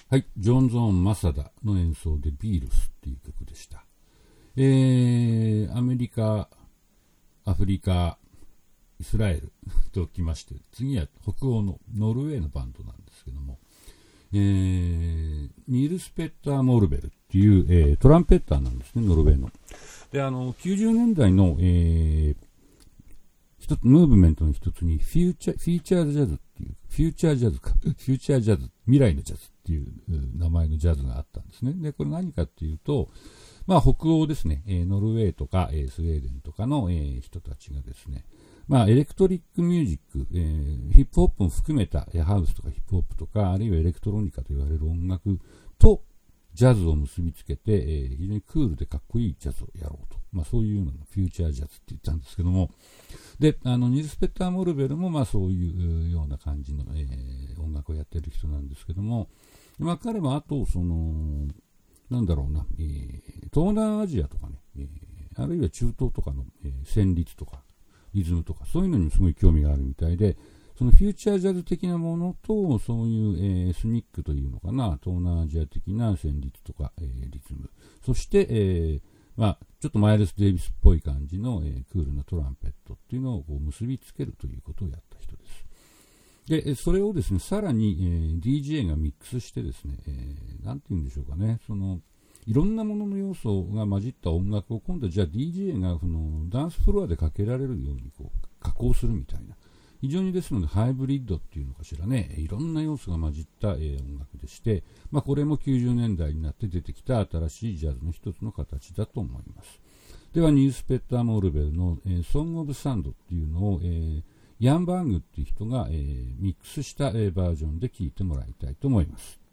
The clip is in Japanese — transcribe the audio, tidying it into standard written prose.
はい、ジョン・ゾーン・マサダの演奏でビールスっていう曲でした。アメリカ、アフリカ、イスラエルときまして、次は北欧のノルウェーのバンドなんですけども、ニールス・ペッター・モルベルっていう、トランペッターなんですね、ノルウェーの。で、90年代の、一つムーブメントの一つにフューチャージャズっていう、フューチャージャズ、未来のジャズっていう名前のジャズがあったんですね。で、これ何かっていうと、まあ北欧ですね、ノルウェーとか、スウェーデンとかの、人たちがですね、まあエレクトリックミュージック、ヒップホップも含めたハウスとかヒップホップとか、あるいはエレクトロニカと言われる音楽とジャズを結びつけて、非常にクールでかっこいいジャズをやろうと。まあそういうのをフューチャージャズって言ったんですけども、で、ニールス・ペッター・モルベルもまあそういうような感じの、音楽をやってる人なんですけども、まあ彼はあと、なんだろうな、東南アジアとかね、あるいは中東とかの、旋律とか、リズムとか、そういうのにもすごい興味があるみたいで、そのフューチャージャズ的なものと、そういう、スニックというのかな、東南アジア的な旋律とか、リズム、そして、まあ、ちょっとマイルス・デイビスっぽい感じの、クールなトランペットっていうのをこう結びつけるということをやった人です。で、それをですね、さらに、DJ がミックスしてですね、なんて言うんでしょうかね、いろんなものの要素が混じった音楽を今度はじゃあ DJ がダンスフロアでかけられるようにこう加工するみたいな、非常にですのでハイブリッドっていうのかしらね、いろんな要素が混じった、音楽でして、まあ、これも90年代になって出てきた新しいジャズの一つの形だと思います。ではニールス・ペッター・モルベルの、ソング・オブ・サンドっていうのを、ヤン・バーグっていう人が、ミックスした、バージョンで聴いてもらいたいと思います。